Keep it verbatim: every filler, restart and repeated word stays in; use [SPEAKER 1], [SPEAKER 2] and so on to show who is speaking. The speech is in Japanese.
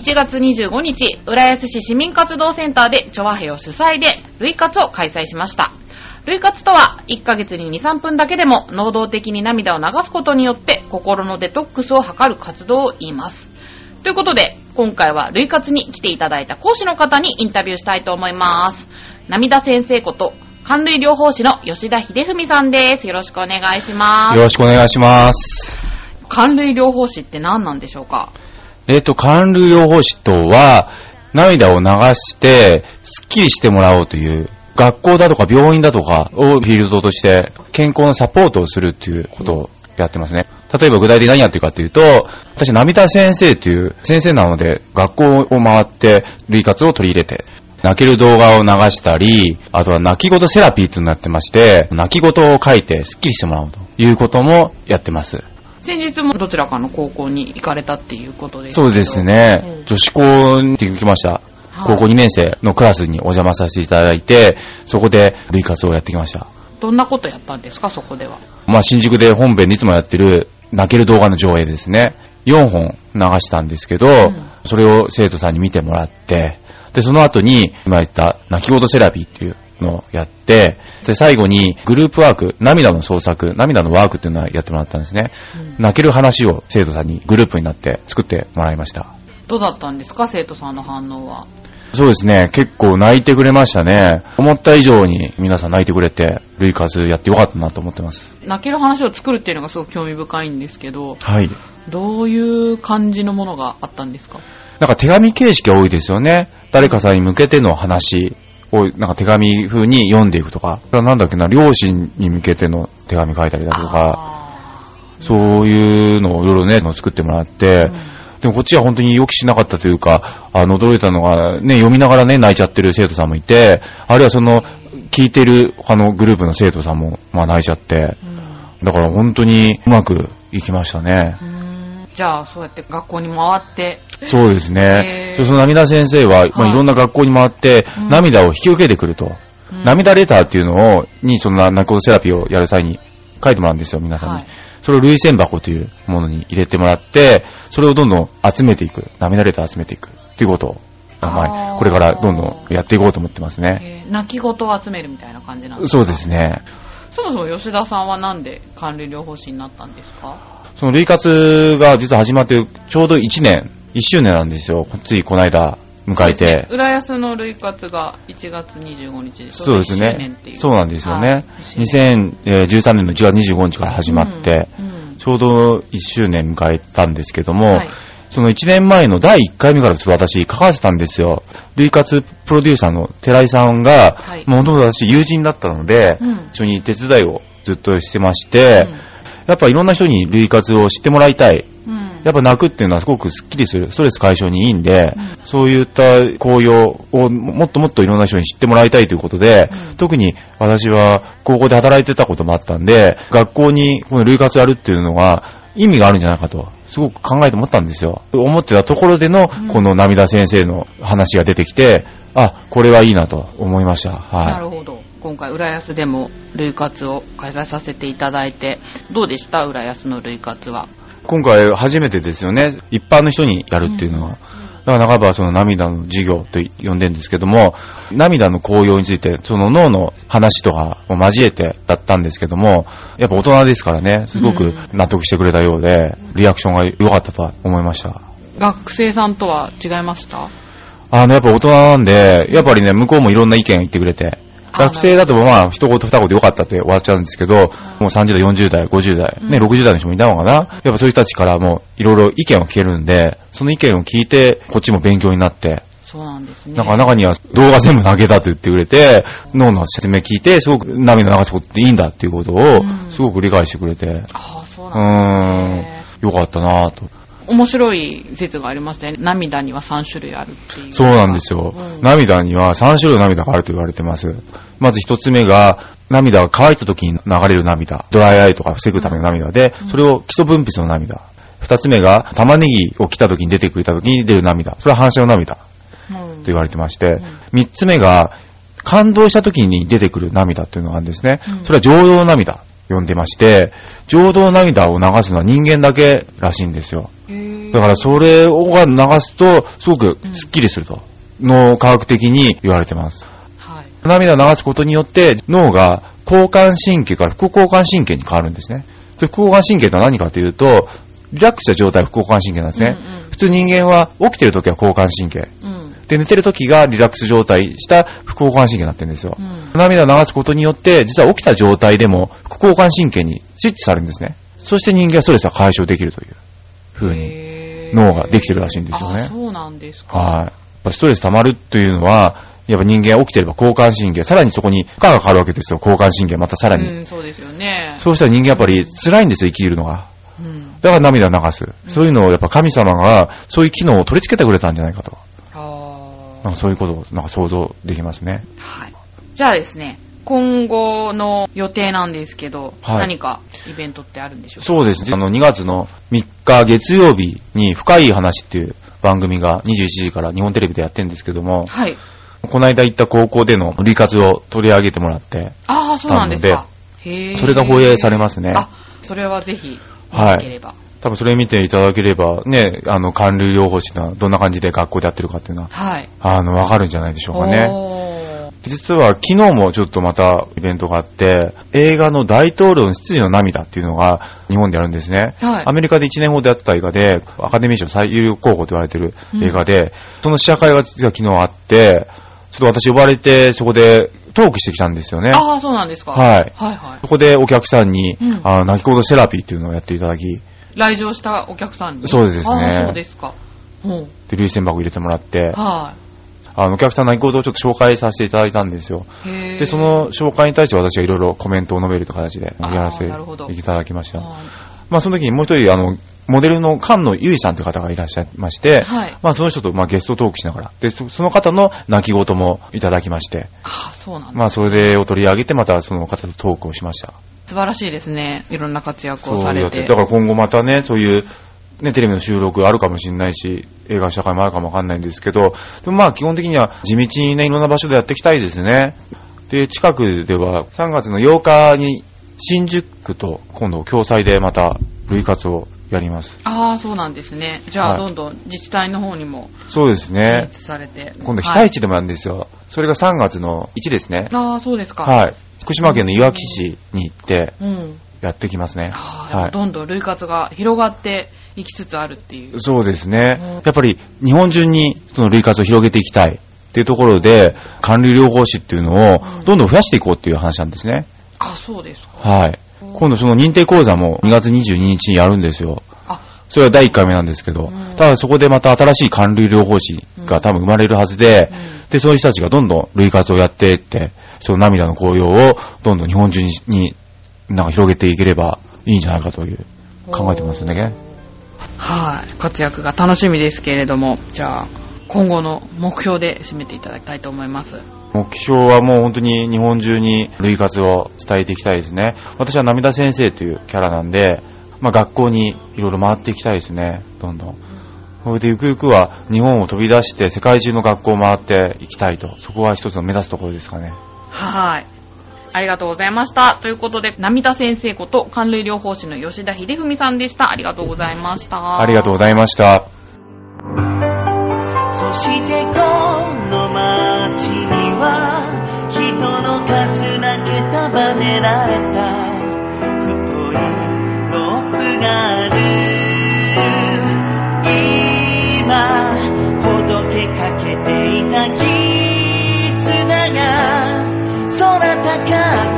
[SPEAKER 1] ちがつにじゅうごにち、浦安市市民活動センターでチョアヘヨ主催で類活を開催しました。類活とは、いっかげつにに、さんぷんだけでも能動的に涙を流すことによって心のデトックスを図る活動を言います。ということで、今回は類活に来ていただいた講師の方にインタビューしたいと思います。涙先生こと、感涙療法士の吉田秀文さんです。よろしくお願いします。
[SPEAKER 2] よろしくお願いします。
[SPEAKER 1] 感涙療法士って何なんでしょうか？
[SPEAKER 2] えっと、感涙療法士とは、涙を流して、スッキリしてもらおうという、学校だとか病院だとかをフィールドとして、健康のサポートをするっていうことをやってますね。例えば具体的に何やってるかというと、私、涙先生という先生なので、学校を回って、類活を取り入れて、泣ける動画を流したり、あとは泣き言セラピーというのをやってまして、泣き言を書いてスッキリしてもらおうということもやってます。
[SPEAKER 1] 先日もどちらかの高校に行かれたっていうことですけど。
[SPEAKER 2] そうですね。うん、女子校に行きました。高校にねん生のクラスにお邪魔させていただいて、そこで類活をやってきました。
[SPEAKER 1] どんなことやったんですか、そこでは？
[SPEAKER 2] まあ、新宿で本編でいつもやってる泣ける動画の上映ですね。よんほん流したんですけど、うん、それを生徒さんに見てもらって、で、その後に、今言った泣き言セラピーっていうのをやって、で、最後にグループワーク、涙の創作、涙のワークっていうのをやってもらったんですね。うん、泣ける話を生徒さんにグループになって作ってもらいました。
[SPEAKER 1] どうだったんですか、生徒さんの反応は？
[SPEAKER 2] そうですね。結構泣いてくれましたね。思った以上に皆さん泣いてくれて、類活やってよかったなと思ってます。
[SPEAKER 1] 泣ける話を作るっていうのがすごく興味深いんですけど、
[SPEAKER 2] はい。
[SPEAKER 1] どういう感じのものがあったんですか？
[SPEAKER 2] なんか手紙形式が多いですよね。誰かさんに向けての話をなんか手紙風に読んでいくとか、それはなんだっけな、両親に向けての手紙書いたりだとか、そういうのをいろいろね、作ってもらって、うん、でもこっちは本当に予期しなかったというか、あの、驚いたのがね、読みながらね、泣いちゃってる生徒さんもいて、あるいはその、聞いてる他のグループの生徒さんも、まあ泣いちゃって、うん、だから本当にうまくいきましたね。うん、
[SPEAKER 1] じゃあ、そうやって学校に回って。
[SPEAKER 2] そうですね。その涙先生は、まあ、いろんな学校に回って、うん、涙を引き受けてくると。うん、涙レターっていうのを、に、その泣き言セラピーをやる際に書いてもらうんですよ、皆さんに。はい、それを涙腺箱というものに入れてもらって、それをどんどん集めていく。涙レターを集めていく。っていうことを、まあ、これからどんどんやっていこうと思ってますね。
[SPEAKER 1] 泣き言を集めるみたいな感じなんですか？
[SPEAKER 2] そうですね。
[SPEAKER 1] そもそも吉田さんはなんで感涙療法士になったんですか？
[SPEAKER 2] その類活が実は始まってちょうどいちねん、いっしゅうねんなんですよ。ついこの間迎えて。ね、
[SPEAKER 1] 浦安の類活がいちがつにじゅうごにちで、
[SPEAKER 2] そうですね。そうなんですよね。はい、にせんじゅうさんねんのいちがつにじゅうごにちから始まって、うんうん、ちょうどいっしゅうねん迎えたんですけども、はい、そのいちねんまえのだいいっかいめからちょっと私書かせたんですよ。類活プロデューサーの寺井さんが、はい、もともと私友人だったので、うん、一緒に手伝いをずっとしてまして、うん、やっぱいろんな人に類活を知ってもらいたい。うん、やっぱ泣くっていうのはすごくスッキリする、ストレス解消にいいんで、うん、そういった効用をもっともっといろんな人に知ってもらいたいということで、うん、特に私は高校で働いてたこともあったんで、学校にこの類活やるっていうのが意味があるんじゃないかと、すごく考えて思ったんですよ。思ってたところでのこの涙先生の話が出てきて、うん、あ、これはいいなと思いました。はい。
[SPEAKER 1] なるほど。今回浦安でも類活を開催させていただいて、どうでした？浦安の類活は。
[SPEAKER 2] 今回初めてですよね。一般の人にやるっていうのは。うん、だから半ばその涙の授業と呼んでるんですけども、涙の効用について、その脳の話とかを交えてだったんですけども、やっぱ大人ですからね、すごく納得してくれたようで、リアクションが良かったとは思いました。
[SPEAKER 1] 学生さんとは違いました？
[SPEAKER 2] あの、やっぱ大人なんで、やっぱりね、向こうもいろんな意見言ってくれて、学生だとまあ一言二言良かったって終わっちゃうんですけど、もうさんじゅうだい、よんじゅうだい、ごじゅうだい、ね、ろくじゅうだいの人もいたのかな。やっぱそういう人たちからもいろいろ意見を聞けるんで、その意見を聞いて、こっちも勉強になって。
[SPEAKER 1] そうなんですね。
[SPEAKER 2] なんか中には動画全部投げたと言ってくれて、脳の説明聞いて、すごく涙流すことっていいんだっていうことを、すごく理解してくれて。うん、
[SPEAKER 1] ああ、そうなんですね。
[SPEAKER 2] うーん、よかったなぁと。
[SPEAKER 1] 面白い説がありましたね。涙にはさんしゅるいあるっていう。
[SPEAKER 2] そうなんですよ。うん、涙にはさんしゅるいの涙があると言われてます。まず一つ目が、涙が乾いた時に流れる涙。ドライアイとか防ぐための涙で、うん、それを基礎分泌の涙。二つ目が、玉ねぎを切った時に出てくれた時に出る涙。それは反射の涙。うん、と言われてまして、うん、三つ目が、感動した時に出てくる涙っていうのがあるんですね。うん、それは情動涙。呼んでまして、情動涙を流すのは人間だけらしいんですよ。 だからそれを流すと、すごくスッキリすると、うん、脳科学的に言われてます。はい、涙を流すことによって、脳が交感神経から副交感神経に変わるんですね。それ副交感神経とは何かというと、リラックスした状態は副交感神経なんですね。うんうん、普通人間は起きてるときは交感神経。うん、で、寝てるときがリラックス状態した副交感神経になってるんですよ。うん、涙を流すことによって、実は起きた状態でも副交感神経にスイッチされるんですね。そして人間はストレスが解消できるという風に脳ができてるらしいんですよね。
[SPEAKER 1] あ、そうなんですか。
[SPEAKER 2] はい。やっぱストレス溜まるというのは、やっぱ人間が起きてれば交感神経、さらにそこに負荷がかかるわけですよ。交感神経またさらに。
[SPEAKER 1] うん、そうですよね。
[SPEAKER 2] そうしたら人間やっぱり辛いんですよ、生きるのが。うん、だから涙を流す。そういうのをやっぱ神様がそういう機能を取り付けてくれたんじゃないかと。あ、なんかそういうことをなんか想像できますね。
[SPEAKER 1] はい。じゃあですね、今後の予定なんですけど、はい、何かイベントってあるんでしょうか？
[SPEAKER 2] そうですね。あのにがつのみっか月曜日に深い話っていう番組がにじゅういちじから日本テレビでやってるんですけども、はい。この間行った高校での類活を取り上げてもらって、
[SPEAKER 1] ああ、そうなんですか。
[SPEAKER 2] へー。それが放映されますね。
[SPEAKER 1] あ、それはぜひ見たければ。はい。
[SPEAKER 2] 多分それ見ていただければ、ね、あの、管理療法士がどんな感じで学校でやってるかっていうのは、はい。あの、わかるんじゃないでしょうかね。実は昨日もちょっとまたイベントがあって、映画の大統領の執事の涙っていうのが日本でやるんですね。はい。アメリカでいちねんほどやった映画で、アカデミー賞最有力候補と言われてる映画で、うん、その試写会が実は昨日あって、ちょっと私呼ばれてそこでトークしてきたんですよね。
[SPEAKER 1] ああ、そうなんですか。
[SPEAKER 2] はい。はいはい。そこでお客さんに、うん、あ泣き言セラピーっていうのをやっていただき。
[SPEAKER 1] 来場したお客さんに。
[SPEAKER 2] そうですね。
[SPEAKER 1] ああ、そうですか。うん。
[SPEAKER 2] で、涙腺箱入れてもらって。はい。あの、お客さんの泣き言をちょっと紹介させていただいたんですよ。へで、その紹介に対して私がいろいろコメントを述べるという形でやらせていただきました。まあ、その時にもう一人、あの、モデルの菅野由衣さんという方がいらっしゃいまして、はい、まあその人とまあゲストトークしながら、で、そ, その方の泣き言もいただきまして、
[SPEAKER 1] ああ、そうなんですね。
[SPEAKER 2] まあそれを取り上げてまたその方とトークをしました。
[SPEAKER 1] 素晴らしいですね。いろんな活躍をされて。
[SPEAKER 2] そうだから今後またね、そういうね、テレビの収録あるかもしれないし、映画社会もあるかもわかんないんですけど、でもまあ基本的には地道にね、いろんな場所でやっていきたいですね。で、近くではさんがつのようかに新宿区と今度共催でまた類活をやります。
[SPEAKER 1] ああ、そうなんですね。じゃあ、はい、どんどん自治体の方にも
[SPEAKER 2] そうですね。
[SPEAKER 1] 進出されて、
[SPEAKER 2] 今度被災地でもあるんですよ。はい、それがさんがつのいちですね。
[SPEAKER 1] ああ、そうですか。
[SPEAKER 2] はい。福島県のいわき市に行ってやってきますね。うん、
[SPEAKER 1] ああ、はい、どんどん類活が広がっていきつつあるっていう。
[SPEAKER 2] そうですね。うん、やっぱり日本中にその類活を広げていきたいっていうところで、管理療法士っていうのをどんどん増やしていこうっていう話なんですね。
[SPEAKER 1] うん、あ、そうですか。
[SPEAKER 2] はい。今度その認定講座もにがつにじゅうににちにやるんですよ。あ、それはだいいっかいめなんですけど、うん、ただそこでまた新しい管理療法士が多分生まれるはずで、うん、で、そういう人たちがどんどん類活をやっていって、その涙の紅葉をどんどん日本中に、になんか広げていければいいんじゃないかという考えてますね。
[SPEAKER 1] はい、活躍が楽しみですけれども、じゃあ今後の目標で締めていただきたいと思います。
[SPEAKER 2] 目標はもう本当に日本中に類活を伝えていきたいですね。私は涙先生というキャラなんで、まあ学校にいろいろ回っていきたいですね。どんどん。それでゆくゆくは日本を飛び出して世界中の学校を回っていきたいと。そこは一つの目指すところですかね。
[SPEAKER 1] はい。ありがとうございました。ということで、涙先生こと管理療法士の吉田秀文さんでした。ありがとうございました。
[SPEAKER 2] ありがとうございました。
[SPEAKER 3] そしてこの街には人の数だけ束ねられた太いロープがある。今ほどけかけていた絆が空高く